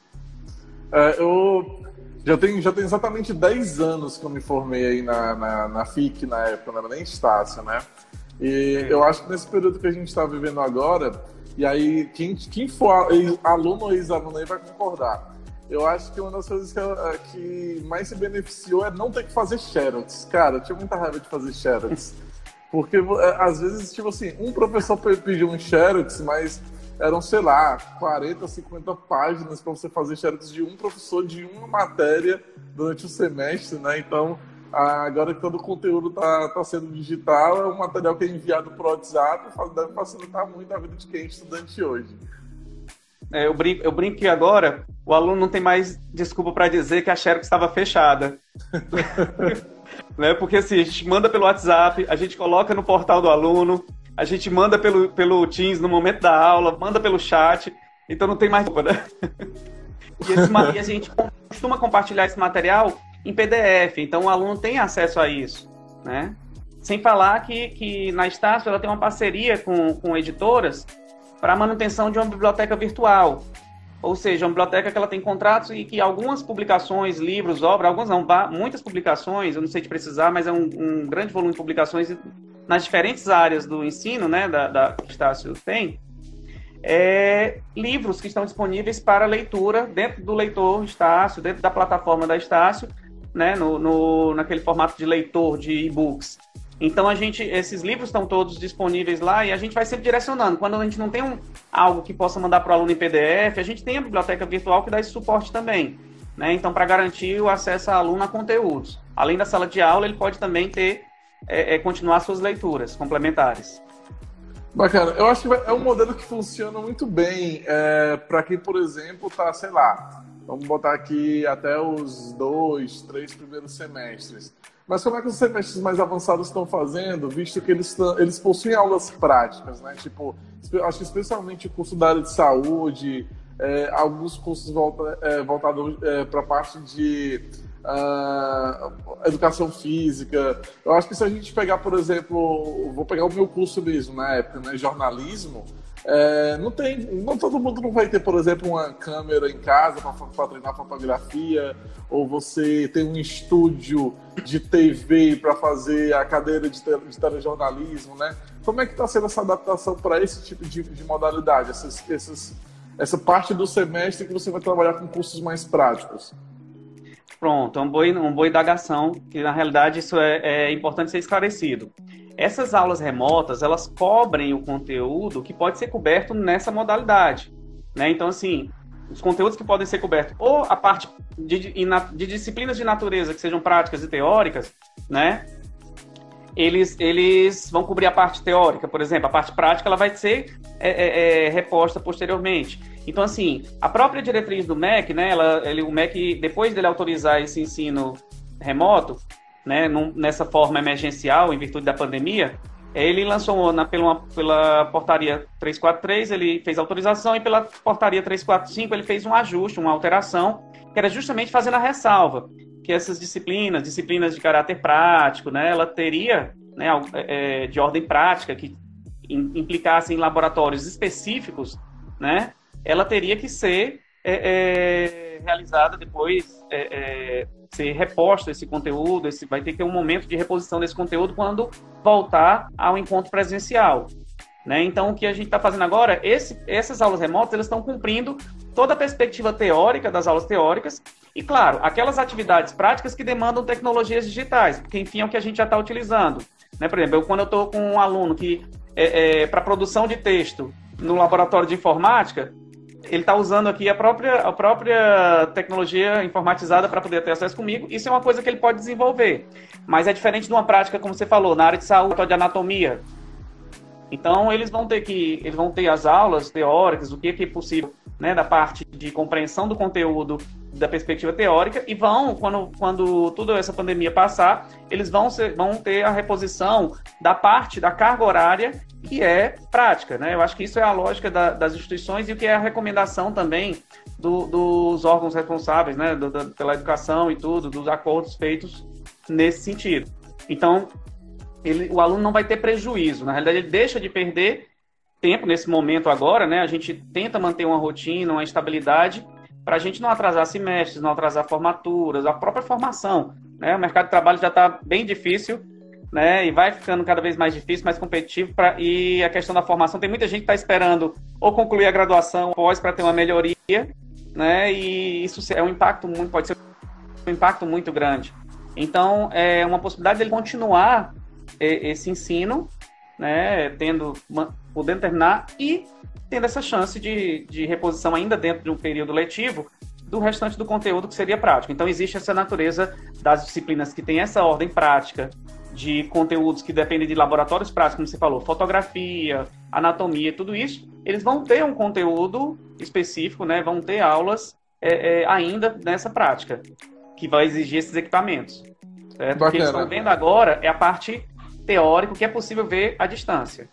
É, eu já tenho, já tenho exatamente dez anos que eu me formei aí na, na, na F I C, na época, não era nem Estácio, né? E eu acho que nesse período que a gente está vivendo agora, e aí quem, quem for aluno ou ex-aluno aí vai concordar, eu acho que uma das coisas que, que mais se beneficiou é não ter que fazer xerox. Cara, eu tinha muita raiva de fazer xerox. Porque, às vezes, tipo assim, um professor pediu um xerox, mas eram, sei lá, quarenta, cinquenta páginas para você fazer xerox de um professor de uma matéria durante o semestre, né? Então, agora que todo o conteúdo está tá sendo digital, é um material que é enviado por WhatsApp, deve facilitar muito a vida de quem é estudante hoje. É, eu, brinco, eu brinco que agora o aluno não tem mais desculpa para dizer que a xerox estava fechada. Né? Porque assim, a gente manda pelo WhatsApp, a gente coloca no portal do aluno, a gente manda pelo, pelo Teams no momento da aula, manda pelo chat, então não tem mais desculpa, né? E, esse, e a gente costuma compartilhar esse material em P D F, então o aluno tem acesso a isso, né? Sem falar que, que na Estácio ela tem uma parceria com, com editoras para a manutenção de uma biblioteca virtual. Ou seja, uma biblioteca que ela tem contratos e que algumas publicações, livros, obras, algumas não, muitas publicações, eu não sei te precisar, mas é um, um grande volume de publicações nas diferentes áreas do ensino, né, da, da que Estácio tem, é, livros que estão disponíveis para leitura dentro do leitor Estácio, dentro da plataforma da Estácio, né, no, no, naquele formato de leitor de e-books. Então, a gente, esses livros estão todos disponíveis lá e a gente vai sempre direcionando. Quando a gente não tem um, algo que possa mandar para o aluno em P D F, a gente tem a biblioteca virtual que dá esse suporte também, né? Então, para garantir o acesso ao aluno a conteúdos. Além da sala de aula, ele pode também ter, é, é, continuar suas leituras complementares. Bacana. Eu acho que é um modelo que funciona muito bem é, para quem, por exemplo, está, sei lá, vamos botar aqui até os dois, três primeiros semestres. Mas como é que os semestres mais avançados estão fazendo, visto que eles, eles possuem aulas práticas, né? Tipo, acho que especialmente o curso da área de saúde, é, alguns cursos volta, é, voltados é, para a parte de uh, educação física. Eu acho que se a gente pegar, por exemplo, vou pegar o meu curso mesmo na época, né, jornalismo, é, não tem, não todo mundo não vai ter, por exemplo, uma câmera em casa para treinar fotografia, ou você tem um estúdio de T V para fazer a cadeira de, te, de telejornalismo, né? Como é que está sendo essa adaptação para esse tipo de, de modalidade, essas, essas, essa parte do semestre que você vai trabalhar com cursos mais práticos? Pronto, uma boa, uma boa indagação, que na realidade isso é, é importante ser esclarecido. Essas aulas remotas, elas cobrem o conteúdo que pode ser coberto nessa modalidade, né? Então, assim, os conteúdos que podem ser cobertos, ou a parte de, de, de disciplinas de natureza que sejam práticas e teóricas, né? Eles, eles vão cobrir a parte teórica, por exemplo. A parte prática ela vai ser é, é, é, reposta posteriormente. Então, assim, a própria diretriz do M E C, né, ela, ele, o M E C, depois dele autorizar esse ensino remoto, né, num, nessa forma emergencial, em virtude da pandemia, ele lançou na, pela, pela portaria trezentos e quarenta e três, ele fez autorização, e pela portaria trezentos e quarenta e cinco ele fez um ajuste, uma alteração, que era justamente fazendo a ressalva, que essas disciplinas, disciplinas de caráter prático, né, ela teria, né, é, de ordem prática, que implicassem em laboratórios específicos, né, ela teria que ser é, é, realizada depois, é, é, ser reposto esse conteúdo, esse, vai ter que ter um momento de reposição desse conteúdo quando voltar ao encontro presencial, né? Então, o que a gente está fazendo agora, esse, essas aulas remotas, elas estão cumprindo toda a perspectiva teórica das aulas teóricas e, claro, aquelas atividades práticas que demandam tecnologias digitais, porque, enfim, é o que a gente já está utilizando, né? Por exemplo, eu, quando eu estou com um aluno que, é, é, para produção de texto no laboratório de informática, ele está usando aqui a própria, a própria tecnologia informatizada para poder ter acesso comigo. Isso é uma coisa que ele pode desenvolver. Mas é diferente de uma prática, como você falou, na área de saúde ou de anatomia. Então, eles vão ter que, eles vão ter as aulas teóricas, o que é possível, né, da parte de compreensão do conteúdo da perspectiva teórica, e vão, quando, quando toda essa pandemia passar, eles vão, ser, vão ter a reposição da parte da carga horária que é prática, né? Eu acho que isso é a lógica da, das instituições e o que é a recomendação também do, dos órgãos responsáveis, né, do, da, pela educação e tudo, dos acordos feitos nesse sentido. Então, ele, o aluno não vai ter prejuízo, na realidade ele deixa de perder tempo nesse momento agora, né? A gente tenta manter uma rotina, uma estabilidade, para a gente não atrasar semestres, não atrasar formaturas, a própria formação, né? O mercado de trabalho já está bem difícil, né? E vai ficando cada vez mais difícil, mais competitivo, pra... e a questão da formação, tem muita gente que está esperando ou concluir a graduação pós para ter uma melhoria, né? E isso é um impacto muito, pode ser um impacto muito grande. Então, é uma possibilidade dele continuar esse ensino, né? Tendo, podendo terminar e tendo essa chance de, de reposição ainda dentro de um período letivo do restante do conteúdo que seria prático. Então, existe essa natureza das disciplinas que tem essa ordem prática, de conteúdos que dependem de laboratórios práticos, como você falou, fotografia, anatomia, tudo isso, eles vão ter um conteúdo específico, né? Vão ter aulas é, é, ainda nessa prática, que vai exigir esses equipamentos. Certo? O que eles estão vendo agora é a parte teórica, que é possível ver à distância.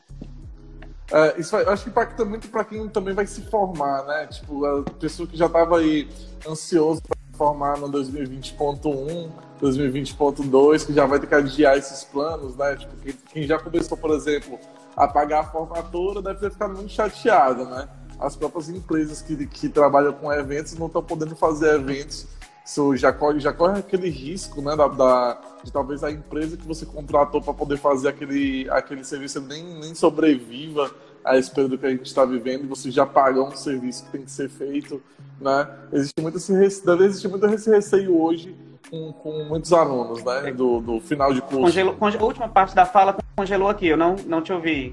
É, isso eu acho que impacta muito para quem também vai se formar, né? Tipo, a pessoa que já estava aí ansioso para se formar no dois mil e vinte ponto um, dois mil e vinte ponto dois, que já vai ter que adiar esses planos, né? Tipo, quem já começou, por exemplo, a pagar a formatura deve ter ficado muito chateado, né? As próprias empresas que, que trabalham com eventos não estão podendo fazer eventos. Isso já corre, já corre aquele risco, né, da, da, de talvez a empresa que você contratou para poder fazer aquele, aquele serviço nem, nem sobreviva a esse período que a gente está vivendo, e você já pagou um serviço que tem que ser feito, né? Existe muito esse receio, deve existir muito esse receio hoje com, com muitos alunos, né, do, do final de curso. Congelou, congelou, a última parte da fala congelou aqui, eu não, não te ouvi.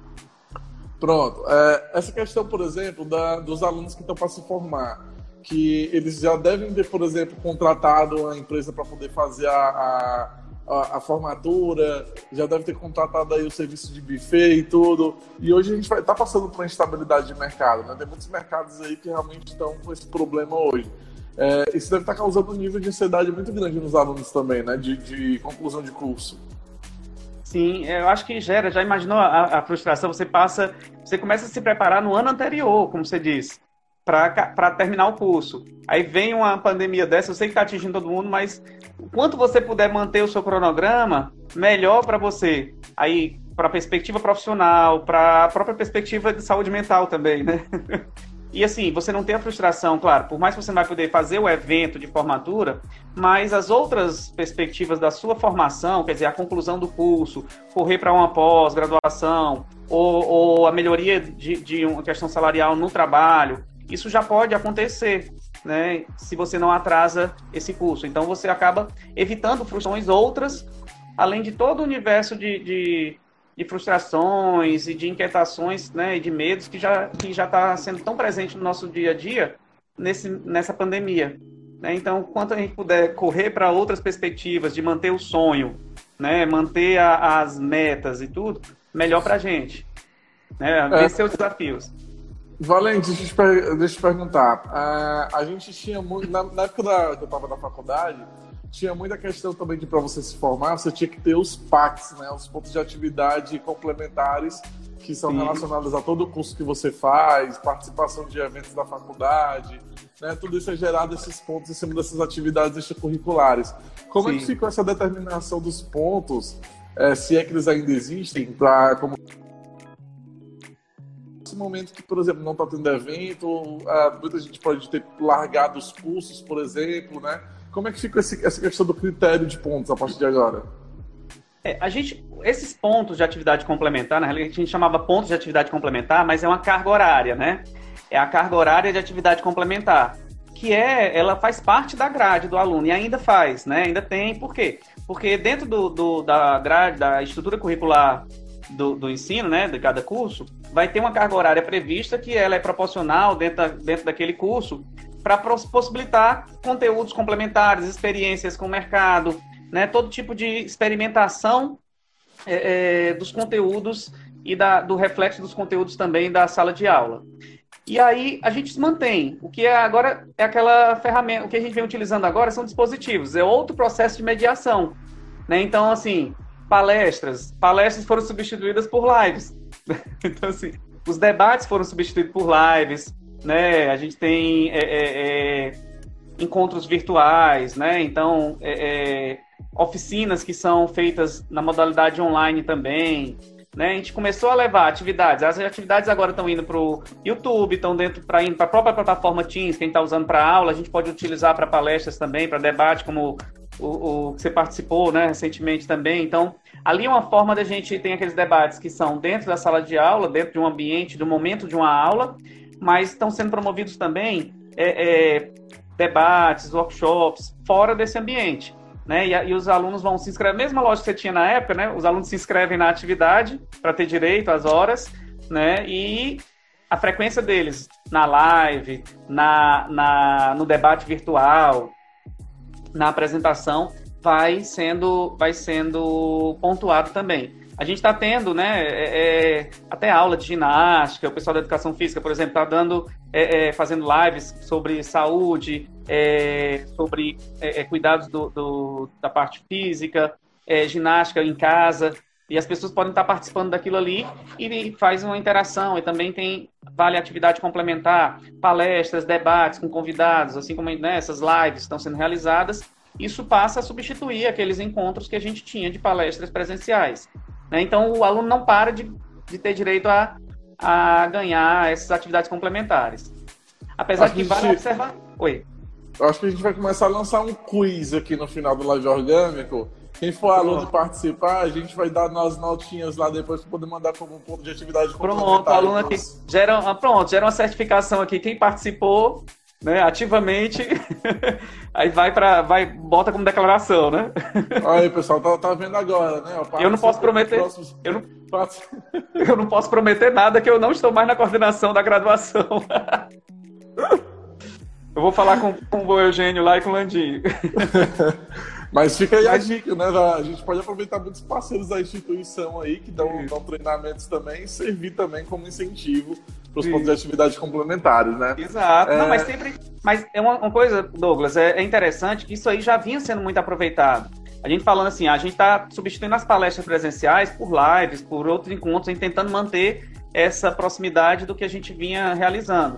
Pronto. É, essa questão, por exemplo, da, dos alunos que estão para se formar, que eles já devem ter, por exemplo, contratado a empresa para poder fazer a, a, a, a formatura, já deve ter contratado aí o serviço de buffet e tudo, e hoje a gente vai estar tá passando por uma instabilidade de mercado, né? Tem muitos mercados aí que realmente estão com esse problema hoje. É, isso deve estar tá causando um nível de ansiedade muito grande nos alunos também, né? De, de conclusão de curso. Sim, eu acho que gera, já imaginou a, a frustração, você passa, você começa a se preparar no ano anterior, como você disse. para terminar o curso. Aí vem uma pandemia dessa, eu sei que está atingindo todo mundo, mas o quanto você puder manter o seu cronograma, melhor para você. Aí, para a perspectiva profissional, para a própria perspectiva de saúde mental também, né? E assim, você não tem a frustração, claro, por mais que você não vai poder fazer o evento de formatura, mas as outras perspectivas da sua formação, quer dizer, a conclusão do curso, correr para uma pós-graduação, ou, ou a melhoria de, de uma questão salarial no trabalho, isso já pode acontecer, né, se você não atrasa esse curso. Então você acaba evitando frustrações outras, além de todo o universo de... de de frustrações e de inquietações, né, e de medos que já que já está sendo tão presente no nosso dia a dia nesse, nessa pandemia. Né? Então, quanto a gente puder correr para outras perspectivas de manter o sonho, né, manter a, as metas e tudo, melhor para a gente. Né? Vencer é. os desafios. Valente, deixa eu te, per- deixa eu te perguntar. Uh, a gente tinha muito... Na, na época da, que eu estava na faculdade, tinha muita questão também de, para você se formar, você tinha que ter os P A Cs, né? Os pontos de atividade complementares que são Sim. relacionados a todo o curso que você faz, participação de eventos da faculdade, né? Tudo isso é gerado, esses pontos em cima dessas atividades extracurriculares. Como Sim. é que ficou essa determinação dos pontos, é, se é que eles ainda existem, para como nesse momento que, por exemplo, não está tendo evento, uh, muita gente pode ter largado os cursos, por exemplo, né? Como é que fica esse, essa questão do critério de pontos a partir de agora? É, a gente, esses pontos de atividade complementar, na realidade a gente chamava pontos de atividade complementar, mas é uma carga horária, né? É a carga horária de atividade complementar, que é, ela faz parte da grade do aluno, e ainda faz, né? Ainda tem, por quê? Porque dentro do, do, da grade, da estrutura curricular do, do ensino, né, de cada curso, vai ter uma carga horária prevista que ela é proporcional dentro, da, dentro daquele curso, para possibilitar conteúdos complementares, experiências com o mercado, né, todo tipo de experimentação é, é, dos conteúdos e da, do reflexo dos conteúdos também da sala de aula. E aí a gente mantém. O que é agora é aquela ferramenta, o que a gente vem utilizando agora são dispositivos, é outro processo de mediação. Né? Então, assim, palestras, palestras foram substituídas por lives. Então, assim, os debates foram substituídos por lives. Né? A gente tem é, é, é, encontros virtuais, né? Então, é, é, oficinas que são feitas na modalidade online também. Né? A gente começou a levar atividades. As atividades agora estão indo para o YouTube, estão dentro para indo para a própria plataforma Teams, que a gente está usando para aula. A gente pode utilizar para palestras também, para debate, como o, o que você participou, né, recentemente também. Então, ali é uma forma da gente ter aqueles debates que são dentro da sala de aula, dentro de um ambiente, do momento de uma aula, mas estão sendo promovidos também é, é, debates, workshops, fora desse ambiente, né? E, e os alunos vão se inscrever, mesma lógica que você tinha na época, né? Os alunos se inscrevem na atividade para ter direito às horas, né? E a frequência deles na live, na, na, no debate virtual, na apresentação, vai sendo, vai sendo pontuado também. A gente está tendo, né, é, é, até aula de ginástica, o pessoal da educação física, por exemplo, está dando, é, é, fazendo lives sobre saúde, é, sobre é, cuidados do, do, da parte física, é, ginástica em casa, e as pessoas podem estar participando daquilo ali e faz uma interação, e também tem, vale atividade complementar, palestras, debates com convidados, assim como, né, essas lives estão sendo realizadas, isso passa a substituir aqueles encontros que a gente tinha de palestras presenciais. Né? Então, o aluno não para de, de ter direito a, a ganhar essas atividades complementares. Apesar acho de que vale gente... observar... Oi. Eu acho que a gente vai começar a lançar um quiz aqui no final do Live Orgânico. Quem for aluno de participar, a gente vai dar nas notinhas lá depois para poder mandar como um ponto de atividade complementar. Pronto, o aluno aqui gera, pronto, gera uma certificação aqui. Quem participou, né, ativamente, aí vai para, vai, bota como declaração, né? Aí, pessoal, tá, tá vendo agora, né? Eu não posso prometer, próximos... eu, não, eu não posso prometer nada que eu não estou mais na coordenação da graduação. Eu vou falar com, com o Eugênio lá e com o Landinho. Mas fica aí a dica, né? A gente pode aproveitar muitos parceiros da instituição aí que dão, dão treinamentos também e servir também como incentivo para os pontos de atividade complementares, né? Exato. É... Não, mas sempre. Mas é uma, uma coisa, Douglas, é, é interessante que isso aí já vinha sendo muito aproveitado. A gente falando assim, a gente está substituindo as palestras presenciais por lives, por outros encontros, tentando manter essa proximidade do que a gente vinha realizando.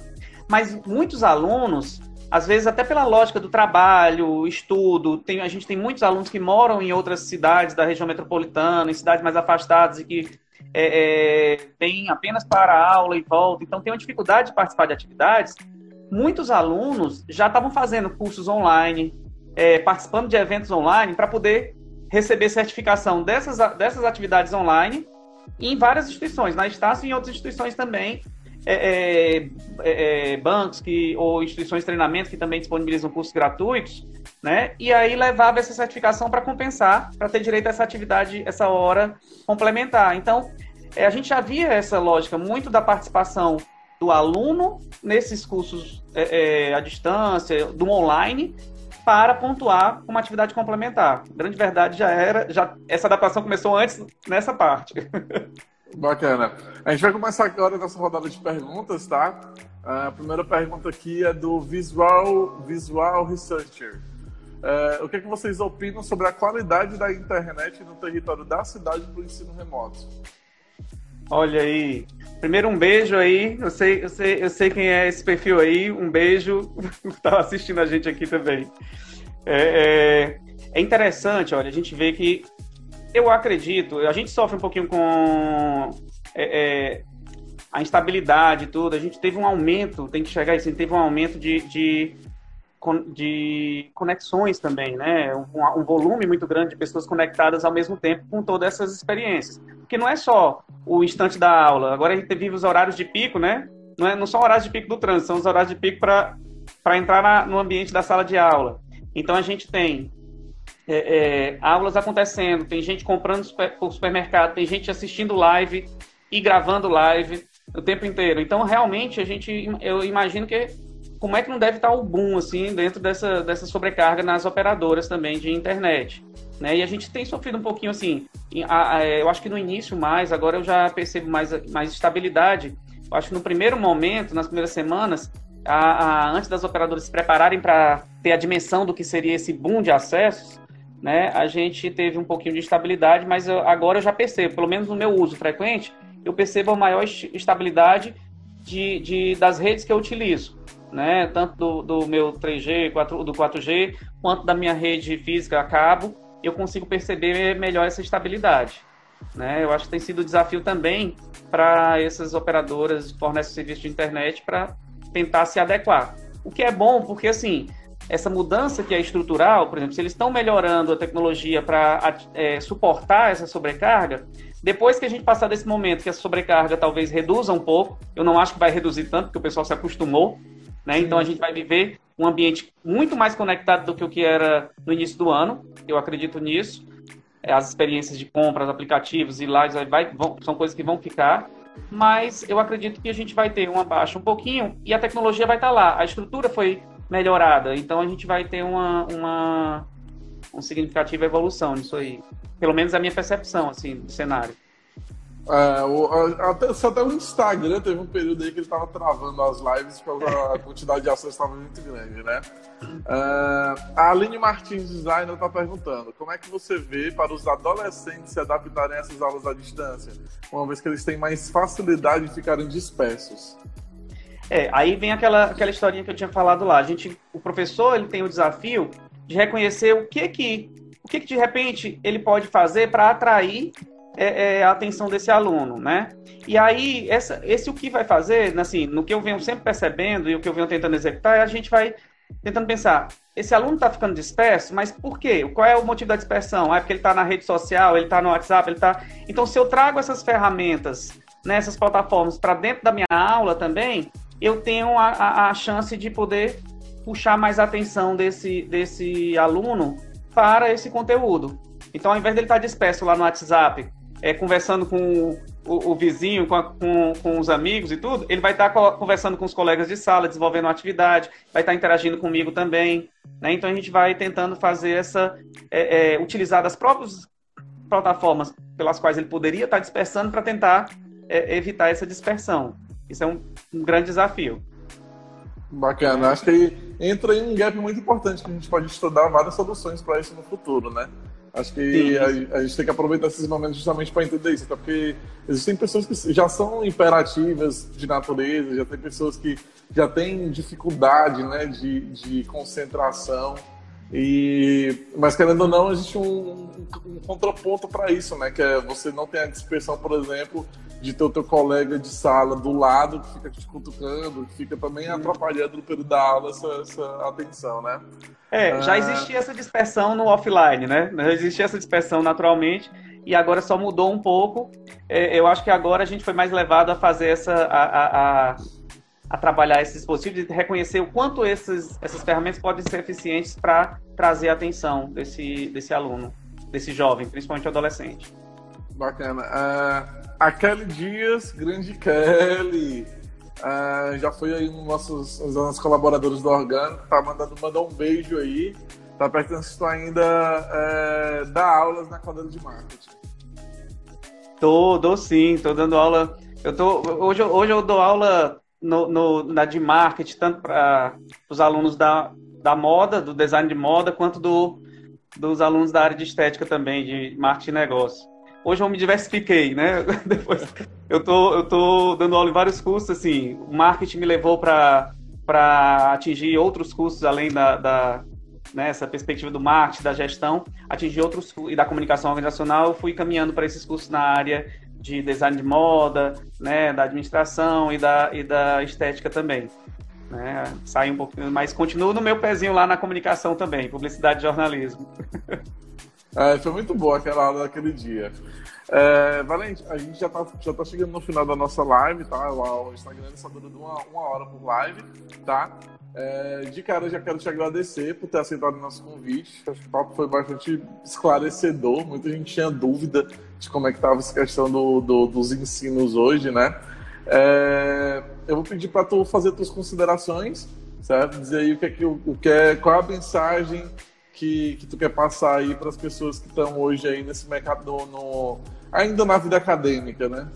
Mas muitos alunos, às vezes até pela lógica do trabalho, estudo, tem, a gente tem muitos alunos que moram em outras cidades da região metropolitana, em cidades mais afastadas e que é, é, têm apenas para aula e volta, então tem uma dificuldade de participar de atividades. Muitos alunos já estavam fazendo cursos online, é, participando de eventos online para poder receber certificação dessas, dessas atividades online em várias instituições, na Estácio e em outras instituições também, é, é, é, bancos que, ou instituições de treinamento que também disponibilizam cursos gratuitos, né? E aí levava essa certificação para compensar, para ter direito a essa atividade, essa hora complementar. Então, é, a gente já via essa lógica muito da participação do aluno nesses cursos é, é, à distância, do online, para pontuar uma atividade complementar. A grande verdade já era, já, essa adaptação começou antes nessa parte. Bacana. A gente vai começar agora nessa rodada de perguntas, tá? A primeira pergunta aqui é do Visual, Visual Researcher. É, o que, é que vocês opinam sobre a qualidade da internet no território da cidade para o ensino remoto? Olha aí. Primeiro, um beijo aí. Eu sei, eu sei, eu sei quem é esse perfil aí. Um beijo. Estava assistindo a gente aqui também. É, é, é interessante, olha, a gente vê que eu acredito, a gente sofre um pouquinho com é, é, a instabilidade e tudo. A gente teve um aumento, tem que chegar assim, teve um aumento de, de, de conexões também, né? Um, um volume muito grande de pessoas conectadas ao mesmo tempo com todas essas experiências. Porque não é só o instante da aula. Agora a gente vive os horários de pico, né? Não, é, não são horários de pico do trânsito, são os horários de pico para entrar na, no ambiente da sala de aula. Então a gente tem é, é, aulas acontecendo, tem gente comprando por supermercado, tem gente assistindo live e gravando live o tempo inteiro. Então realmente a gente, eu imagino que como é que não deve estar o boom assim dentro dessa, dessa sobrecarga nas operadoras também de internet, né? E a gente tem sofrido um pouquinho assim, eu acho que no início mais, agora eu já percebo mais, mais estabilidade. Eu acho que no primeiro momento, nas primeiras semanas, a, a, antes das operadoras se prepararem para ter a dimensão do que seria esse boom de acessos, né, a gente teve um pouquinho de estabilidade, mas eu, agora eu já percebo, pelo menos no meu uso frequente, eu percebo a maior estabilidade de, de, das redes que eu utilizo, né, tanto do, do meu três G, quatro, do quatro G, quanto da minha rede física a cabo, eu consigo perceber melhor essa estabilidade. Né? Eu acho que tem sido um desafio também para essas operadoras que fornecem serviço de internet para tentar se adequar. O que é bom, porque assim, essa mudança que é estrutural, por exemplo, se eles estão melhorando a tecnologia para é, suportar essa sobrecarga, depois que a gente passar desse momento que essa sobrecarga talvez reduza um pouco, eu não acho que vai reduzir tanto, porque o pessoal se acostumou, né? Então a gente vai viver um ambiente muito mais conectado do que o que era no início do ano, eu acredito nisso. As experiências de compras, aplicativos e lives vai, vão, são coisas que vão ficar, mas eu acredito que a gente vai ter uma baixa um pouquinho e a tecnologia vai estar lá, a estrutura foi melhorada, então a gente vai ter uma, uma, uma significativa evolução nisso aí, pelo menos a minha percepção assim, do cenário. É, o, até, só até o Instagram teve um período aí que ele estava travando as lives porque a quantidade de acesso estava muito grande, né? É, a Aline Martins, designer, está perguntando como é que você vê para os adolescentes se adaptarem a essas aulas à distância, uma vez que eles têm mais facilidade de ficarem dispersos? É, aí vem aquela, aquela historinha que eu tinha falado lá. A gente, o professor ele tem o desafio de reconhecer o que que, o que, que de repente ele pode fazer para atrair É, é a atenção desse aluno, né? E aí, essa, esse o que vai fazer, assim, no que eu venho sempre percebendo e o que eu venho tentando executar, a gente vai tentando pensar, esse aluno está ficando disperso, mas por quê? Qual é o motivo da dispersão? Ah, é porque ele está na rede social, ele está no WhatsApp, ele está... Então, se eu trago essas ferramentas, né, essas plataformas para dentro da minha aula também, eu tenho a, a, a chance de poder puxar mais a atenção desse, desse aluno para esse conteúdo. Então, ao invés dele estar disperso lá no WhatsApp, É, conversando com o, o vizinho, com, a, com, com os amigos e tudo, ele vai estar co- conversando com os colegas de sala, desenvolvendo uma atividade, vai estar interagindo comigo também, né? Então a gente vai tentando fazer essa, é, é, utilizar das próprias plataformas pelas quais ele poderia estar dispersando para tentar é, evitar essa dispersão. Isso é um, um grande desafio. Bacana, acho que entra em um gap muito importante que a gente pode estudar várias soluções para isso no futuro, né? Acho que a, a gente tem que aproveitar esses momentos justamente para entender isso, até porque existem pessoas que já são imperativas de natureza, já tem pessoas que já têm dificuldade, né, de, de concentração, e, mas querendo ou não, existe um, um, um contraponto para isso, né, que é você não ter a dispersão, por exemplo, de ter o teu colega de sala do lado que fica te cutucando, que fica também atrapalhando no período da aula essa, essa atenção, né? É, já existia essa dispersão no offline, né? Já existia essa dispersão naturalmente e agora só mudou um pouco. É, eu acho que agora a gente foi mais levado a fazer essa, a, a, a, a trabalhar esses dispositivos e reconhecer o quanto esses, essas ferramentas podem ser eficientes para trazer a atenção desse, desse aluno, desse jovem, principalmente adolescente. Bacana. Uh, a Kelly Dias, grande Kelly, uh, já foi aí um dos nossos, um dos colaboradores do Orgânico, tá mandando mandar um beijo aí, tá perguntando ainda uh, dar aulas na cadeira de marketing. Tô, dou sim, tô dando aula, eu tô, hoje, hoje eu dou aula no, no, na de marketing, tanto para os alunos da, da moda, do design de moda, quanto do, dos alunos da área de estética também, de marketing e negócio. Hoje eu me diversifiquei, né? Depois, eu tô, eu tô dando aula em vários cursos, assim, o marketing me levou para para atingir outros cursos além da, da né, essa perspectiva do marketing, da gestão, atingir outros e da comunicação organizacional, eu fui caminhando para esses cursos na área de design de moda, né, da administração e da, e da estética também. Né? Saí um pouquinho, mas continuo no meu pezinho lá na comunicação também, publicidade e jornalismo. É, foi muito boa aquela aula daquele dia. É, Valente, a gente já tá, já tá chegando no final da nossa live, tá? O Instagram está dando uma, uma hora por live, tá? É, de cara, eu já quero te agradecer por ter aceitado o nosso convite. Acho que o papo foi bastante esclarecedor. Muita gente tinha dúvida de como é que estava essa questão do, do, dos ensinos hoje, né? É, eu vou pedir para tu fazer tuas considerações, certo? Dizer aí o que é que, o que é, qual é a mensagem Que, que tu quer passar aí para as pessoas que estão hoje aí nesse mercado, no, ainda na vida acadêmica, né?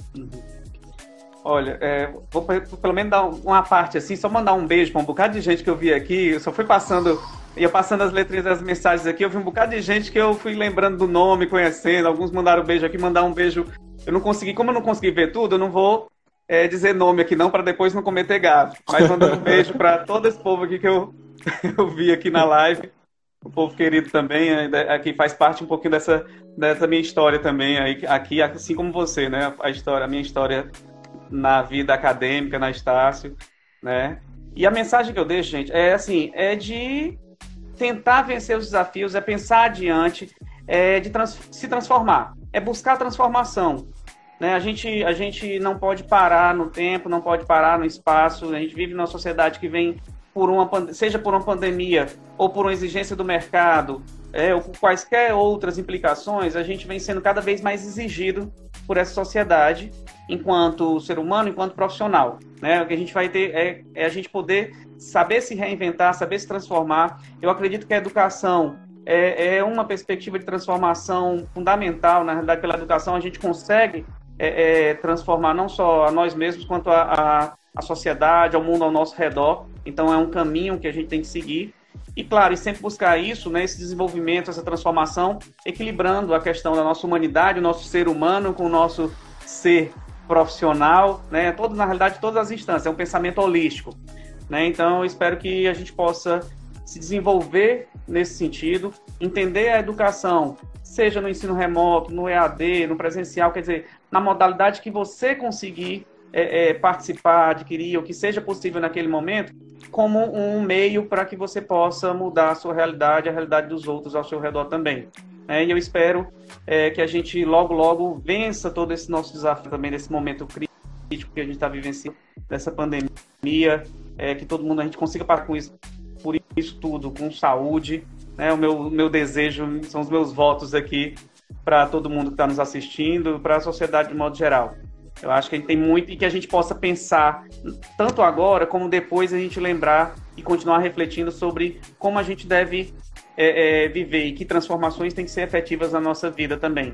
Olha, é, vou pelo menos dar uma parte assim, só mandar um beijo para um bocado de gente que eu vi aqui. Eu só fui passando, ia passando as letrinhas das mensagens aqui, eu vi um bocado de gente que eu fui lembrando do nome, conhecendo. Alguns mandaram um beijo aqui, mandar um beijo. Eu não consegui, como eu não consegui ver tudo, eu não vou é, dizer nome aqui não, para depois não cometer gafe. Mas mandando um beijo para todo esse povo aqui que eu, eu vi aqui na live. O povo querido também, aqui faz parte um pouquinho dessa, dessa minha história também, aqui, assim como você, né? A, história, a minha história na vida acadêmica, na Estácio, né? E a mensagem que eu deixo, gente, é assim, é de tentar vencer os desafios, é pensar adiante, é de trans, se transformar, é buscar a transformação, né? A gente, a gente não pode parar no tempo, não pode parar no espaço, a gente vive numa sociedade que vem por uma, seja por uma pandemia ou por uma exigência do mercado, é, ou por quaisquer outras implicações, a gente vem sendo cada vez mais exigido por essa sociedade enquanto ser humano, enquanto profissional. Né? O que a gente vai ter é, é a gente poder saber se reinventar, saber se transformar. Eu acredito que a educação é, é uma perspectiva de transformação fundamental. Na realidade, pela educação a gente consegue é, é, transformar não só a nós mesmos, quanto a, a a sociedade, ao mundo ao nosso redor. Então é um caminho que a gente tem que seguir. E claro, e sempre buscar isso, né, esse desenvolvimento, essa transformação, equilibrando a questão da nossa humanidade, o nosso ser humano com o nosso ser profissional, né, todo, na realidade, todas as instâncias, é um pensamento holístico. Né? Então eu espero que a gente possa se desenvolver nesse sentido, entender a educação, seja no ensino remoto, no E A D, no presencial, quer dizer, na modalidade que você conseguir É, é, participar, adquirir, o que seja possível naquele momento, como um meio para que você possa mudar a sua realidade, a realidade dos outros ao seu redor também. É, e eu espero é, que a gente logo, logo vença todo esse nosso desafio também, nesse momento crítico que a gente está vivenciando, dessa pandemia, é, que todo mundo, a gente consiga parar com isso, por isso tudo, com saúde. Né? O meu, meu desejo, são os meus votos aqui para todo mundo que está nos assistindo, para a sociedade de modo geral. Eu acho que a gente tem muito, e que a gente possa pensar, tanto agora como depois, a gente lembrar e continuar refletindo sobre como a gente deve é, é, viver e que transformações têm que ser efetivas na nossa vida também.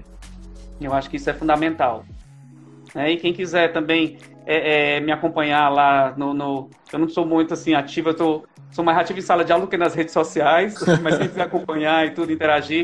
Eu acho que isso é fundamental. É, e quem quiser também é, é, me acompanhar lá no, no... Eu não sou muito assim ativo, eu tô, sou mais ativo em sala de aula que nas redes sociais, mas quem quiser acompanhar e tudo, interagir,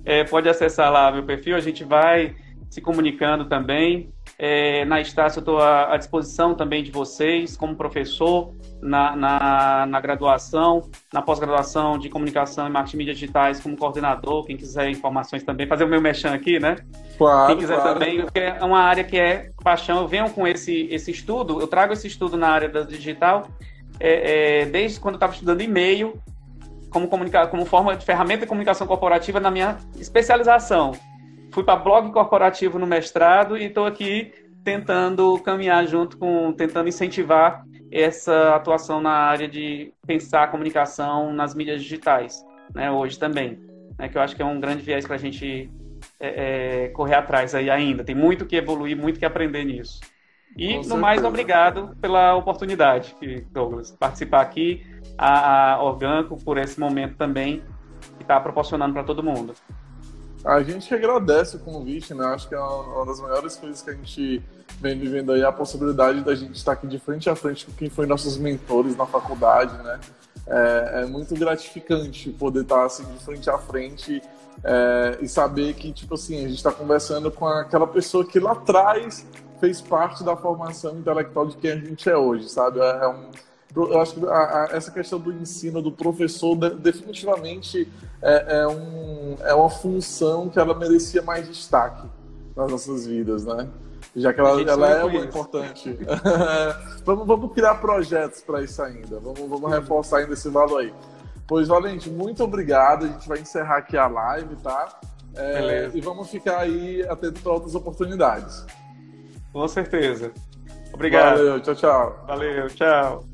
é, pode acessar lá meu perfil, a gente vai se comunicando também. É, na Estácio eu estou à, à disposição também de vocês, como professor, na, na, na graduação, na pós-graduação de comunicação e marketing mídias digitais como coordenador, quem quiser informações também, fazer o meu merchan aqui, né? Claro, quem quiser claro. também, porque é uma área que é paixão, eu venho com esse, esse estudo, eu trago esse estudo na área da digital, é, é, desde quando eu estava estudando e-mail, como, comunica, como forma de ferramenta de comunicação corporativa na minha especialização. Fui para blog corporativo no mestrado e estou aqui tentando caminhar junto com, tentando incentivar essa atuação na área de pensar a comunicação nas mídias digitais, né, hoje também, né, que eu acho que é um grande viés para a gente é, é, correr atrás aí ainda. Tem muito que evoluir, muito que aprender nisso. E, no mais, obrigado pela oportunidade, Douglas, participar aqui, a, a Orgânico, por esse momento também, que está proporcionando para todo mundo. A gente agradece o convite, né? Acho que é uma das maiores coisas que a gente vem vivendo aí, a possibilidade da gente estar aqui de frente a frente com quem foi nossos mentores na faculdade, né? É, é muito gratificante poder estar assim de frente a frente é, e saber que, tipo assim, a gente está conversando com aquela pessoa que lá atrás fez parte da formação intelectual de quem a gente é hoje, sabe? É um... Eu acho que a, a, essa questão do ensino, do professor, de, definitivamente é, é, um, é uma função que ela merecia mais destaque nas nossas vidas, né? Já que ela, ela é uma importante. vamos, vamos criar projetos para isso ainda. Vamos, vamos reforçar ainda esse valor aí. Pois, Valente, muito obrigado. A gente vai encerrar aqui a live, tá? É, e vamos ficar aí atento para outras oportunidades. Com certeza. Obrigado. Valeu, tchau, tchau. Valeu, tchau.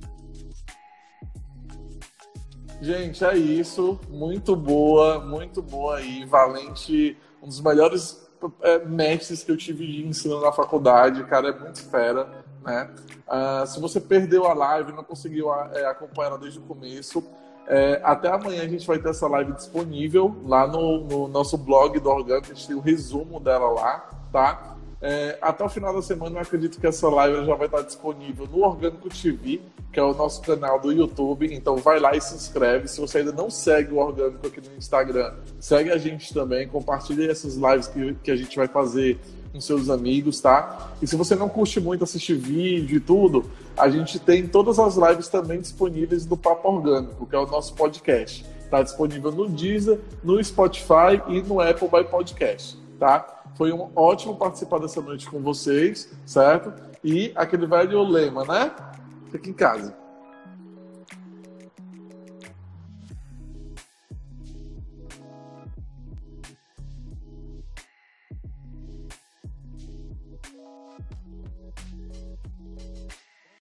Gente, é isso. Muito boa, muito boa aí. Valente, um dos melhores é, mestres que eu tive de ensino na faculdade. O cara é muito fera, né? Uh, se você perdeu a live, não conseguiu é, acompanhar ela desde o começo, é, até amanhã a gente vai ter essa live disponível lá no, no nosso blog do Orgânico. A gente tem o resumo dela lá, tá? É, até o final da semana eu acredito que essa live já vai estar disponível no Orgânico T V, que é o nosso canal do YouTube. Então vai lá e se inscreve. Se você ainda não segue o Orgânico aqui no Instagram, segue a gente também, compartilha essas lives que, que a gente vai fazer com seus amigos, tá? E se você não curte muito assistir vídeo e tudo, a gente tem todas as lives também disponíveis no Papo Orgânico, que é o nosso podcast. Está disponível no Deezer, no Spotify e no Apple by Podcast, tá? Foi um ótimo participar dessa noite com vocês, certo? E aquele velho lema, né? Fica em casa.